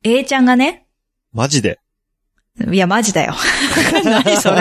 A ちゃんがね。 マジで？ いや、マジだよ。何それ。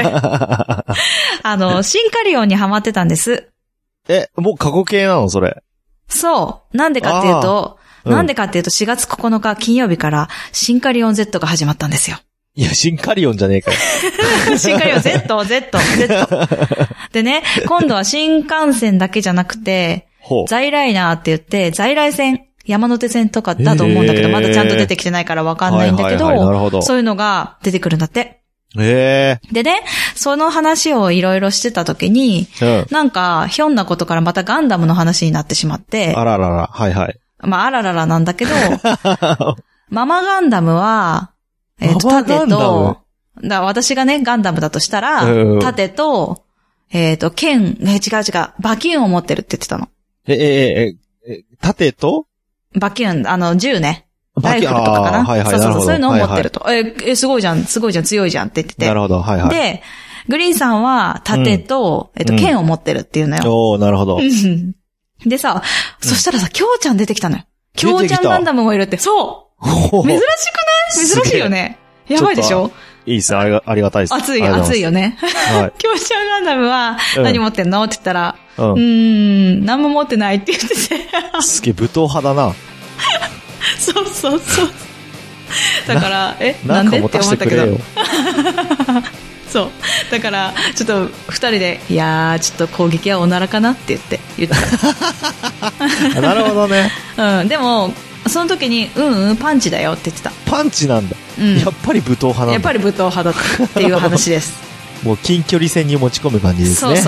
シンカリオンにハマってたんです。 もう過去形なのそれ。 そう。なんでかっていうと、4月9日金曜日からシンカリオン Z が始まったんですよ。 いや、シンカリオンじゃねえかよ。 シンカリオン Z。でね、今度は新幹線だけじゃなくて、在来ナーって言って、在来線、山手線とかだと思うんだけど、まだちゃんと出てきてないからわかんないんだけど、そういうのが出てくるんだって。でね、その話をいろいろしてた時に、なんか、ひょんなことからまたガンダムの話になってしまって。 あららら、はいはい。 まあ、あらららなんだけど、ママガンダムは、盾と、私がね、ガンダムだとしたら、盾と、剣、違う、バキュンを持ってるって言ってたの。 盾とバキュン、銃ね。ライフルとかかな。そういうのを持ってると。すごいじゃん、強いじゃんって言ってて。 なるほど、はいはい。 で、グリーンさんは盾と、剣を持ってるっていうのよ。 なるほど。 でさ、そしたらさ、キョウちゃん出てきたのよ。キョウちゃんガンダムもいるって。そう珍しくない？珍しいよね。やばいでしょ？ いいっす、ありがたいです。 熱いよね。キョウちゃんガンダムは何持ってんのって言ったら、何も持ってないって言ってて。 すげえ、武闘派だな。 そう。だから、なんでって思ったけど。そう。だから、ちょっと、二人で、いやー、ちょっと攻撃はおならかなって言ってた。 なるほどね。 でも、その時に、パンチだよって言ってた。 パンチなんだ。やっぱり武闘派なんだ。 やっぱり武闘派だったっていう話です。 もう近距離戦に持ち込む感じですね。 そう。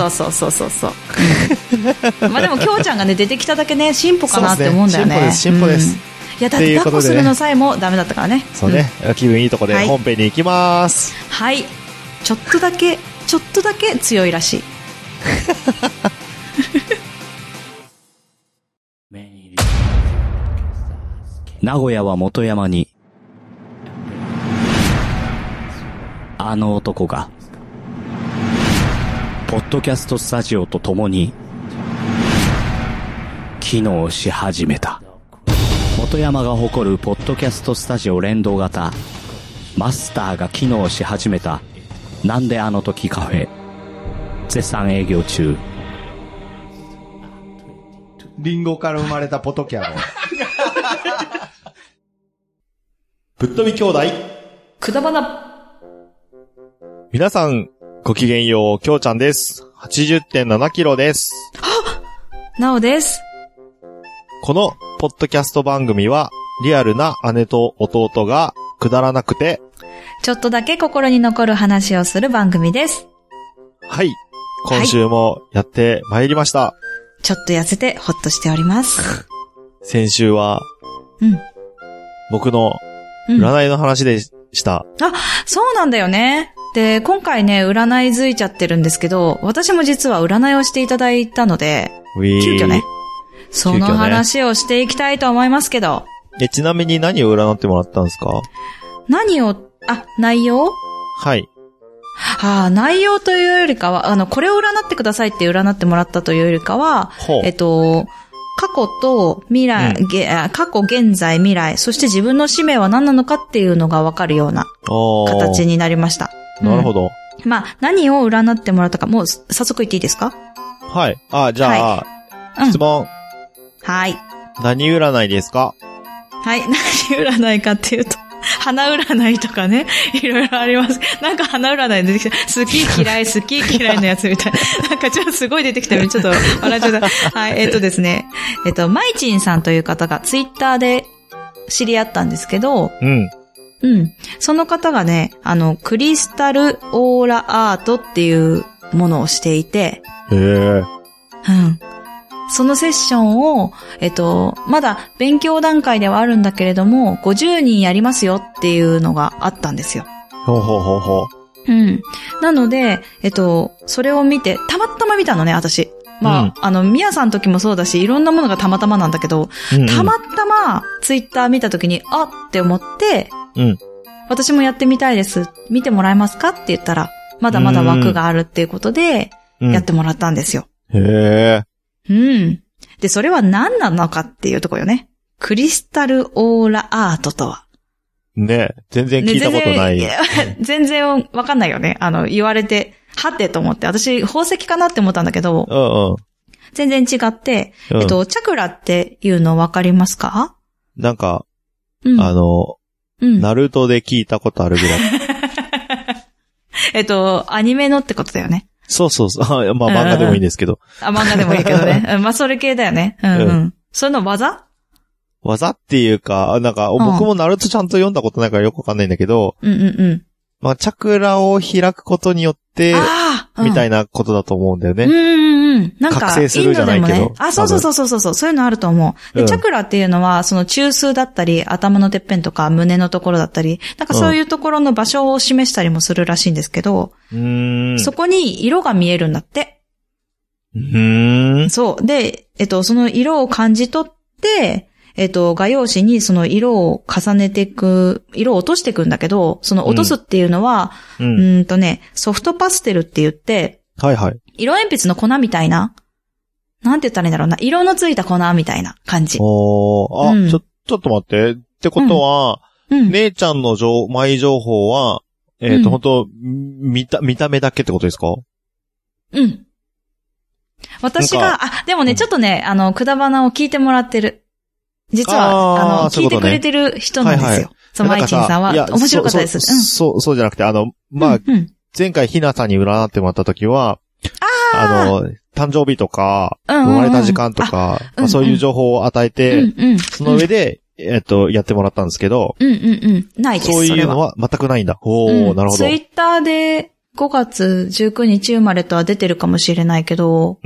まあでも、きょうちゃんがね、出てきただけね、進歩かなって思うんだよね。 進歩です。 いや、だって抱っこするのさえもダメだったからね。 そうね。気分いいとこで本編に行きます。 はい。ちょっとだけ強いらしい。 名古屋は元山に、あの男が、ポッドキャストスタジオと共に、機能し始めた。元山が誇るポッドキャストスタジオ連動型、マスターが機能し始めた、なんであの時カフェ、絶賛営業中。 リンゴから生まれたポトキャロ。 ぶっ飛び兄弟くだばな。 皆さんごきげんよう、きょうちゃんです。80.7 キロです。 なおです。 このポッドキャスト番組はリアルな姉と弟がくだらなくてちょっとだけ心に残る話をする番組です。 はい、今週もやってまいりました。 ちょっと痩せてほっとしております。 先週は僕の占いの話でした。 そうなんだよね。で、今回ね、占いづいちゃってるんですけど、私も実は占いをしていただいたので、急遽ね、その話をしていきたいと思いますけど。 ちなみに何を占ってもらったんですか？ 内容？ はい。 内容というよりかは、これを占ってくださいって占ってもらったというよりかは、過去と未来、過去、現在、未来、そして自分の使命は何なのかっていうのが分かるような形になりました。 なるほど。 まあ、何を占ってもらったか、もう早速言っていいですか？ はい。じゃあ、質問。 はい。 何占いですか？ はい。何占いかっていうと、花占いとかね、いろいろあります。なんか花占い出てきた。好き嫌いのやつみたいな。なんかちょっとすごい出てきたよね。ちょっと笑っちゃった。はい。ですね。マイチンさんという方がツイッターで知り合ったんですけど、その方がね、クリスタルオーラアートっていうものをしていて、そのセッションを、まだ勉強段階ではあるんだけれども、50人やりますよっていうのがあったんですよ。なので、それを見て、たまたま見たのね、私。まあ、ミヤさんの時もそうだし、いろんなものがたまたまなんだけど、たまたまツイッター見た時に、って思って、私もやってみたいです。見てもらえますかって言ったら、まだまだ枠があるっていうことで、やってもらったんですよ。で、それは何なのかっていうところよね。クリスタルオーラアートとは。 ね、全然聞いたことない。 ね、全然わかんないよね。言われて、はってと思って。私、宝石かなって思ったんだけど、 うんうん。 全然違って、 うん、 チャクラっていうのわかりますか？ なんか、 うん、 ナルトで聞いたことあるぐらい。 アニメのってことだよね。 そうそうそう。まあ漫画でもいいんですけど。 漫画でもいいけどね。まあそれ系だよね。うんうん。それの技っていうか、なんか、僕もナルトちゃんと読んだことないからよくわかんないんだけど、 うんうんうん。 まあ、チャクラを開くことによって、みたいなことだと思うんだよね。 なんか、 覚醒するじゃないけど。 インドでもね。そういうのあると思う。で、チャクラっていうのは、その中枢だったり、頭のてっぺんとか胸のところだったり、なんかそういうところの場所を示したりもするらしいんですけど、そこに色が見えるんだって。そう。で、その色を感じ取って、画用紙にその色を重ねていく、色を落としていくんだけど、その落とすっていうのは、ソフトパステルって言って、 はいはい。 色鉛筆の粉みたいな、なんて言ったらいいんだろうな、色のついた粉みたいな感じ。 ちょっと待って。ってことは、姉ちゃんの前情報は、本当見た目だけってことですか？ うん。私が、でもね、ちょっとね、くだばなを聞いてもらってる。実は、聞いてくれてる人なんですよ。そのマイチンさんは。面白かったです。 そうじゃなくて、まあ、前回ひなさんに占ってもらった時は、誕生日とか、生まれた時間とか、そういう情報を与えて、その上で、やってもらったんですけど、 ないです。 そういうのは全くないんだ。なるほど。 ツイッターで5月19日生まれとは出てるかもしれないけど、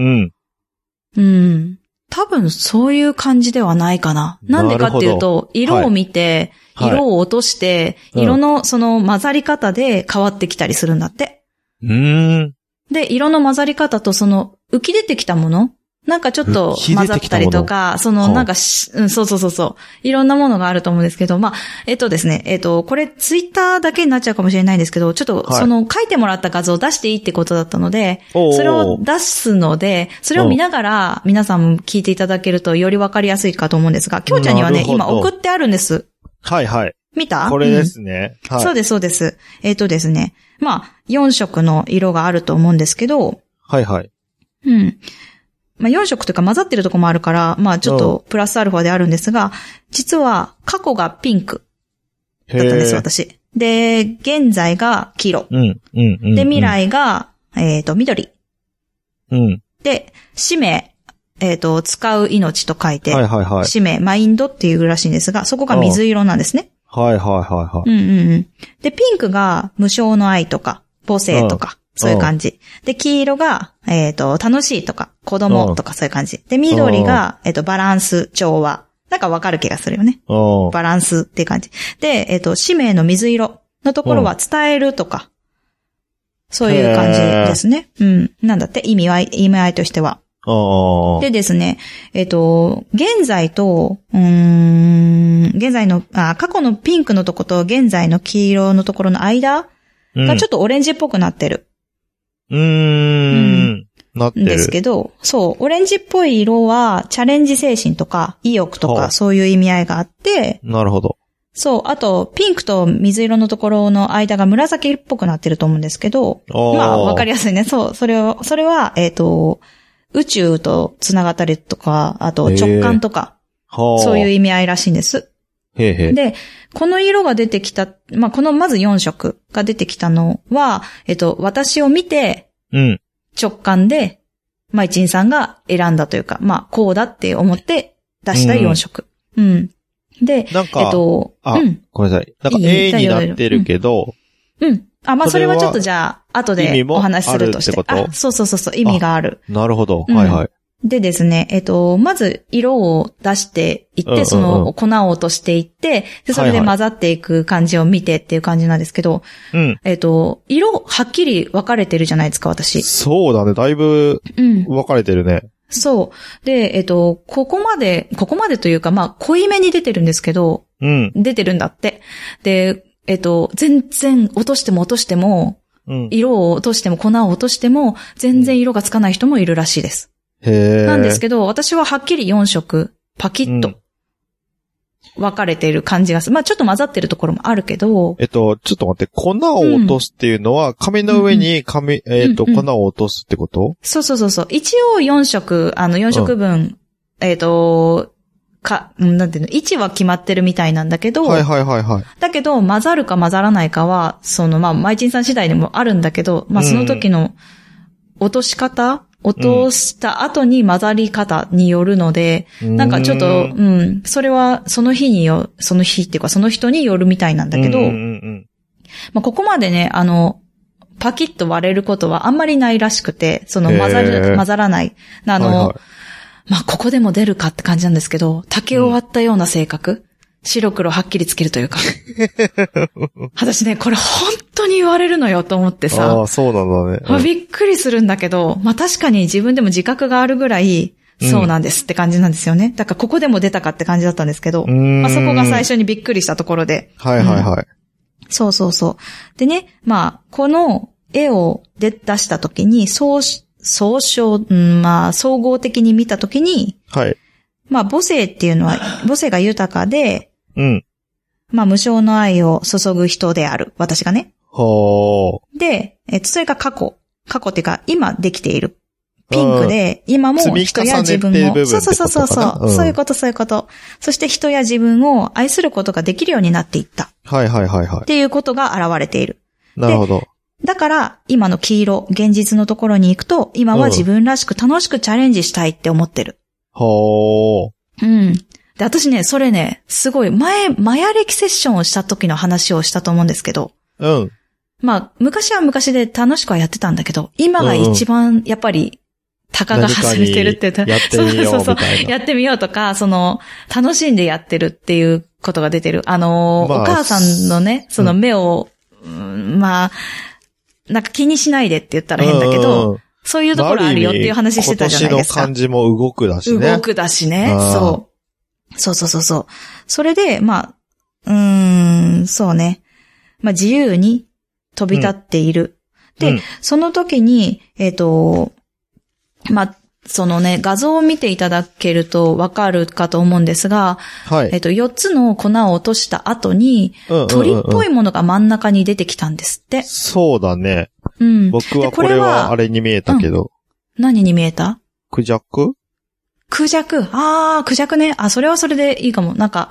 多分そういう感じではないかな。なんでかっていうと、色を見て、色を落として、色のその混ざり方で変わってきたりするんだって。で、色の混ざり方とその浮き出てきたものなんかちょっと混ざったりとか、そのなんかそう。いろんなものがあると思うんですけど、まあ、ですね、これツイッターだけになっちゃうかもしれないんですけど、ちょっとその書いてもらった画像を出していいってことだったので、それを出すので、それを見ながら皆さんも聞いていただけるとよりわかりやすいかと思うんですが、きょうちゃんにはね、今送ってあるんです。 はいはい。 見た？ これですね。 はい、そうです。ですね。まあ、4色の色があると思うんですけど、 はいはい。 まあ、4色というか混ざってるとこもあるから、まあちょっとプラスアルファであるんですが、実は過去がピンクだったんです、私。で、現在が黄色。で、未来が、緑。で、使命、使う命と書いて、使命、マインドっていうらしいんですが、そこが水色なんですね。で、ピンクが無償の愛とか、母性とか、そういう感じ。で、黄色が、楽しいとか、子供とかそういう感じ。で、緑が、バランス、調和。なんかわかる気がするよね。バランスっていう感じ。で、使命の水色のところは伝えるとか、そういう感じですね。なんだって、意味合いとしては。でですね、現在と、現在の、過去のピンクのとこと現在の黄色のところの間がちょっとオレンジっぽくなってる。 なってる。 ですけど、そう、オレンジっぽい色は、チャレンジ精神とか、意欲とか、そういう意味合いがあって、 なるほど。 そう、あと、ピンクと水色のところの間が紫っぽくなってると思うんですけど、まあ、わかりやすいね。そう、それは、宇宙と繋がったりとか、あと直感とか、そういう意味合いらしいんです。で、この色が出てきた、まあ、このまず4色が出てきたのは、私を見て、直感で、マイチンさんが選んだというか、まあ、こうだって思って出した4色。で、 なんか、ごめんなさい。なんか A になってるけど、 まあ、それはちょっとじゃあ、後でお話しするとして。そう、意味がある。 なるほど。はいはい。 でですね、まず色を出していって、その粉を落としていって、で、それで混ざっていく感じを見てっていう感じなんですけど、色はっきり分かれてるじゃないですか、私。 そうだね、だいぶ分かれてるね。 そう。で、ここまでというか、まあ、濃いめに出てるんですけど、出てるんだって。で、全然落としても、色を落としても粉を落としても、全然色がつかない人もいるらしいです。なんですけど、私ははっきり4色、パキッと。 分かれている感じがする。まあちょっと混ざってるところもあるけど。 ちょっと待って、粉を落とすっていうのは、紙の上に粉を落とすってこと？ そう。一応4色、4色分、なんていうの、位置は決まってるみたいなんだけど、 はい。 だけど、混ざるか混ざらないかは、マイチンさん次第でもあるんだけど、その時の落とした後に混ざり方によるので、なんかちょっと、それはその日っていうかその人によるみたいなんだけど、ここまでね、パキッと割れることはあんまりないらしくて、混ざらない。ここでも出るかって感じなんですけど、竹を割ったような性格、白黒はっきりつけるというか。私ね、これ本当に言われるのよと思ってさ。 ああ、そうなんだね。 びっくりするんだけど、確かに自分でも自覚があるぐらい、そうなんですって感じなんですよね。だからここでも出たかって感じだったんですけど、そこが最初にびっくりしたところで。 はい。 そう。でね、この絵を出したときに、総合的に見たときに、 はい。 母性っていうのは、母性が豊かで、 無償の愛を注ぐ人である。私がね。で、それが過去っていうか、今できている。ピンクで、今も人や自分を、そう。そういうこと。そして人や自分を愛することができるようになっていった。 はい。 っていうことが現れている。 なるほど。 だから、今の黄色、現実のところに行くと、今は自分らしく楽しくチャレンジしたいって思ってる。で、私ね、それね、すごい、マヤ歴セッションをした時の話をしたと思うんですけど。昔は昔で楽しくはやってたんだけど、今が一番、やっぱり、たかが外れてるって言ったら、 やってみようみたいな。 やってみようとか、楽しんでやってるっていうことが出てる。お母さんのね、目を、なんか気にしないでって言ったら変だけど、そういうところあるよっていう話してたじゃないですか。 今年の漢字も動くだしね。 動くだしね。そう。それで、そうね。自由に飛び立っている。で、その時に、そのね、画像を見ていただけるとわかるかと思うんですが、4つの粉を落とした後に、鳥っぽいものが真ん中に出てきたんですって。 そうだね。僕はこれはあれに見えたけど。 何に見えた？ クジャク？ クジャクね。それはそれでいいかも。なんか、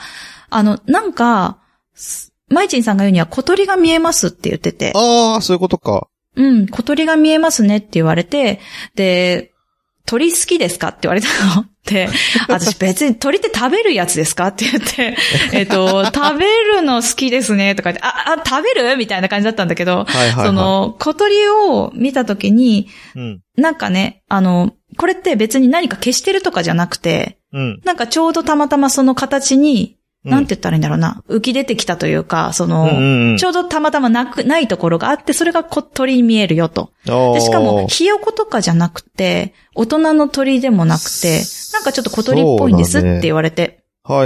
マイチンさんが言うには小鳥が見えますって言ってて。 そういうことか。 小鳥が見えますねって言われて、で、鳥好きですかって言われたので、私別に鳥って食べるやつですかって言って、食べるの好きですねとか言って、食べるみたいな感じだったんだけど、小鳥を見たときに、なんかね、これって別に何か消してるとかじゃなくて、なんかちょうどたまたまその形に、なんて言ったらいいんだろうな。浮き出てきたというか、ちょうどたまたまないところがあって、それが鳥に見えるよと。で、しかも、ひよことかじゃなくて、大人の鳥でもなくて、なんかちょっと小鳥っぽいんですって言われて。 はい。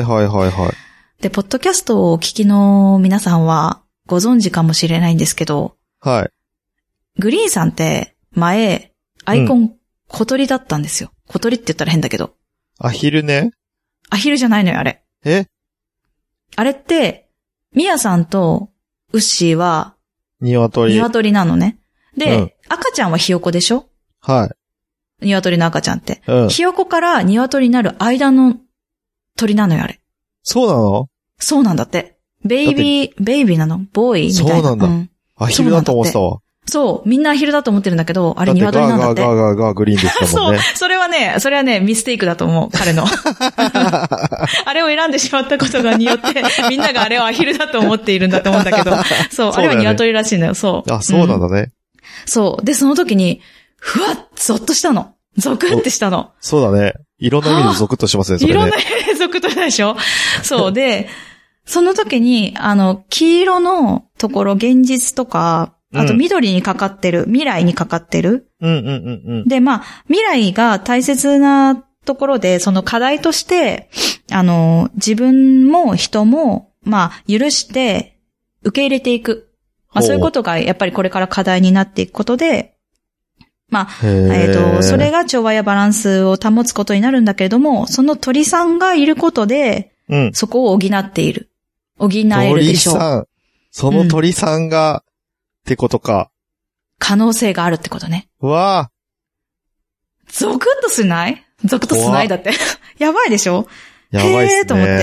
で、ポッドキャストをお聞きの皆さんは、ご存知かもしれないんですけど、グリーンさんって、前、アイコン、小鳥だったんですよ。小鳥って言ったら変だけど。 アヒルね？ アヒルじゃないのよ、あれ。あれって、ミヤさんとウッシーは、鶏なのね。で、赤ちゃんはひよこでしょ？鶏の赤ちゃんって。ひよこから鶏になる間の鳥なのよ、あれ。 そうなの？ そうなんだって。ベイビーなの？ボーイみたいな。 そうなんだ。アヒルだと思ってたわ。 そう、みんなアヒルだと思ってるんだけど、あれ鶏なんだって。 ガーグリーンでしたもんね。 そう、それはね、ミステイクだと思う、彼の。あれを選んでしまったことによって、みんながあれをアヒルだと思っているんだと思うんだけど、そう、あれは鶏らしいのよ、そう。 そうなんだね。 そう。で、その時に、ふわっ、ゾッとしたの。ゾクってしたの。 そうだね。いろんな意味でゾクッとしますね、それね。 いろんな意味でゾクッとしたでしょ？そう。で、その時に、黄色のところ、現実とか、あと緑にかかってる、未来にかかってる。で、未来が大切なところで、その課題として、自分も人も、許して受け入れていく。そういうことがやっぱりこれから課題になっていくことで、それが調和やバランスを保つことになるんだけれども、その鳥さんがいることで、 うん。 そこを補っている。補えるでしょう。 鳥さん。その鳥さんが、ってことか。 可能性があるってことね。 うわぁ。 ゾクッとしないゾクッとしないだって。やばいでしょやばいっすね。 へーと思って。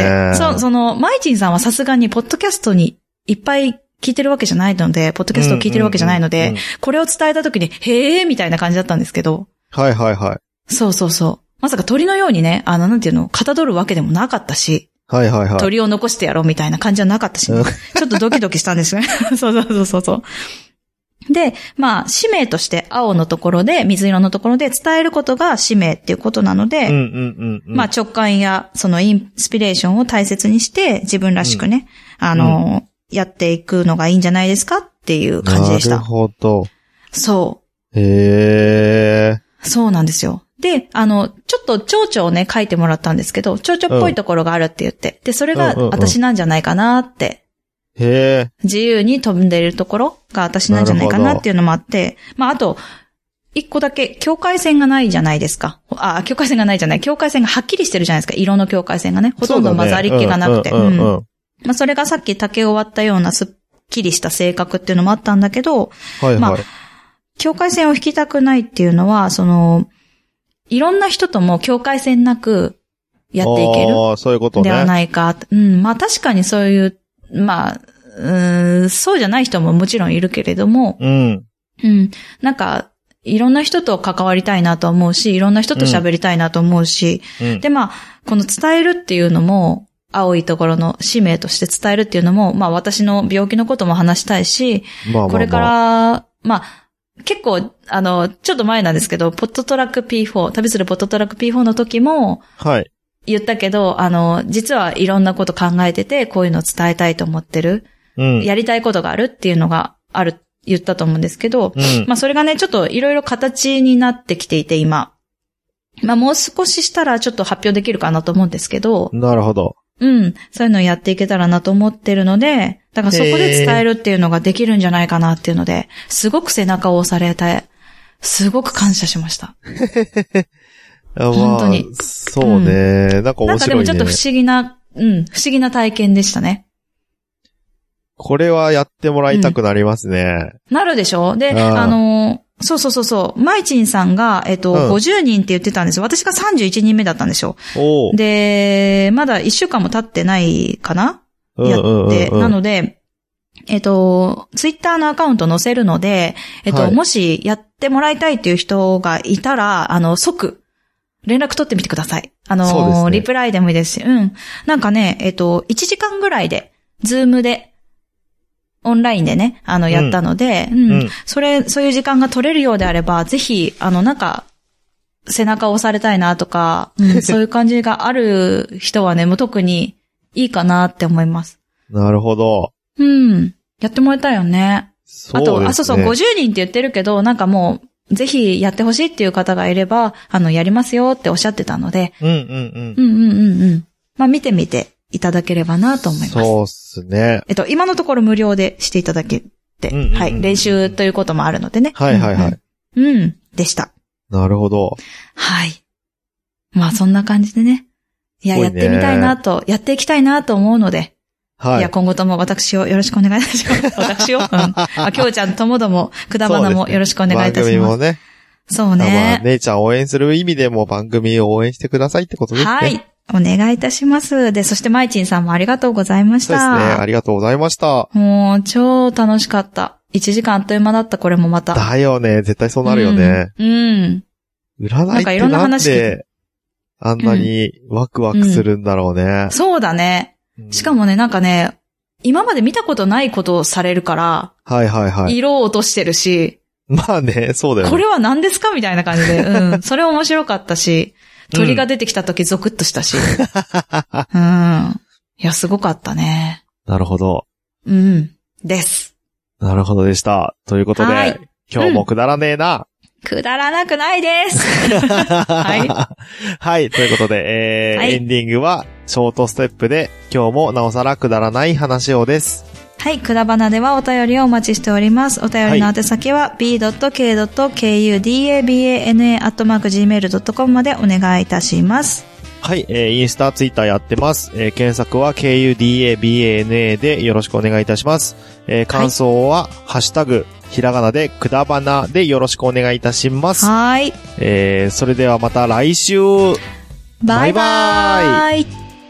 マイチンさんはさすがに、ポッドキャストにいっぱい聞いてるわけじゃないので、ポッドキャストを聞いてるわけじゃないので、これを伝えたときに、へーみたいな感じだったんですけど。 はいはいはい。 そうそうそう。まさか鳥のようにね、なんていうの、かたどるわけでもなかったし。 はいはいはい。 鳥を残してやろうみたいな感じはなかったし、ね、ちょっとドキドキしたんですね。そう。で、まあ、使命として青のところで、水色のところで伝えることが使命っていうことなので、まあ直感やそのインスピレーションを大切にして自分らしくね、やっていくのがいいんじゃないですかっていう感じでした。 なるほど。 そう。 へー。 そうなんですよ。で、ちょっと蝶々をね、書いてもらったんですけど、蝶々っぽいところがあるって言って、で、それが私なんじゃないかなって。 へー。 自由に飛んでいるところが私なんじゃないかなっていうのもあって、まあ、あと、一個だけ境界線がないじゃないですか。境界線がないじゃない。境界線がはっきりしてるじゃないですか。色の境界線がね。ほとんど混ざりっ気がなくて。まあ、それがさっき竹を割ったようなすっきりした性格っていうのもあったんだけど、 はいはい。 まあ、境界線を引きたくないっていうのは、いろんな人とも境界線なくやっていける。 そういうことね。 ではないか。まあ確かにそういう、まあ、そうじゃない人ももちろんいるけれども、なんか、いろんな人と関わりたいなと思うし、いろんな人と喋りたいなと思うし、で、まあ、この伝えるっていうのも、青いところの使命として伝えるっていうのも、まあ私の病気のことも話したいし、これから、まあ、結構、ちょっと前なんですけど、ポットトラック P4、旅するポットトラック P4 の時も、 はい。 言ったけど、実はいろんなこと考えてて、こういうのを伝えたいと思ってる。やりたいことがあるっていうのがある、言ったと思うんですけど、まあそれがね、ちょっといろいろ形になってきていて、今。まあもう少ししたらちょっと発表できるかなと思うんですけど。 なるほど。 そういうのをやっていけたらなと思ってるので、だからそこで伝えるっていうのができるんじゃないかなっていうので、すごく背中を押されて、すごく感謝しました。本当に。 そうね、なんか面白いね。なんかでもちょっと不思議な体験でしたね。 これはやってもらいたくなりますね。 なるでしょ？で、そう。マイチンさんが、50人って言ってたんですよ。私が31人目だったんでしょ。で、まだ1週間も経ってないかな？やって。なので、ツイッターのアカウント載せるので、もしやってもらいたいっていう人がいたら、即、連絡取ってみてください。リプライでもいいですし、なんかね、1時間ぐらいで、ズームで、オンラインでね、やったので、そういう時間が取れるようであれば、ぜひ、なんか、背中を押されたいなとか、そういう感じがある人はね、もう特にいいかなって思います。 なるほど。 やってもらいたいよね。 そうですね。 そう、50人って言ってるけど、なんかもう、ぜひやってほしいっていう方がいれば、やりますよっておっしゃってたので、まあ見てみていただければなと思います。 そうっすね。 今のところ無料でしていただけて、はい、練習ということもあるのでね。 はい。 でした。 なるほど。 はい。まあそんな感じでね。やってみたいなと、やっていきたいなと思うので、はい。いや、今後とも私をよろしくお願いいたします。私をきょうちゃんともども、くだばなもよろしくお願いいたします。 番組もね。 そうね。 姉ちゃんを応援する意味でも番組を応援してくださいってことですね。 はい。お願いいたします。で、そしてまいちんさんもありがとうございました。 そうですね。ありがとうございました。 もう、超楽しかった。1時間あっという間だった、これもまた。 だよね。絶対そうなるよね。占いってなんで、あんなにワクワクするんだろうね。 そうだね。しかもね、なんかね、今まで見たことないことをされるから、色を落としてるし。 まあね、そうだよね。 これは何ですかみたいな感じで。それ面白かったし、鳥が出てきた時ゾクッとしたし。いや、すごかったね。 なるほど。 です。 なるほどでした。ということで、今日もくだらねえな。 くだらなくないです。はい。 ということで、エンディングはショートステップで今日もなおさらくだらない話をです。 はい、くだばなではお便りをお待ちしております。お便りの宛先は b.k.kudabana@gmail.com までお願いいたします。 はい、インスタ、ツイッターやってます。検索は KUDABANA でよろしくお願いいたします。感想は、ハッシュタグ、ひらがなでくだばなでよろしくお願いいたします。 はい。 それではまた来週。 バイバーイ。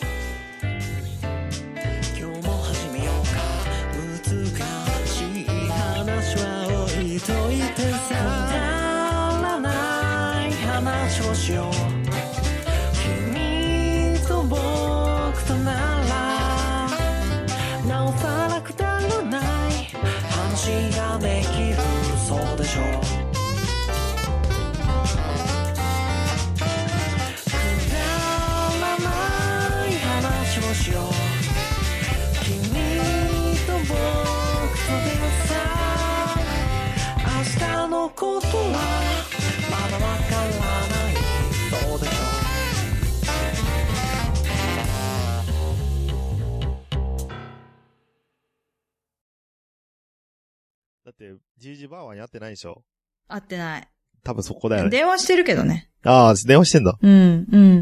だって、GG バーワンに会ってないでしょ？ 会ってない。 多分そこだよね。 電話してるけどね。 ああ、電話してんだ。 うん。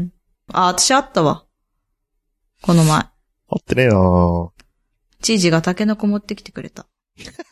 あ、私会ったわ。この前。 会ってねえなぁ。 知事がタケノコ持ってきてくれた。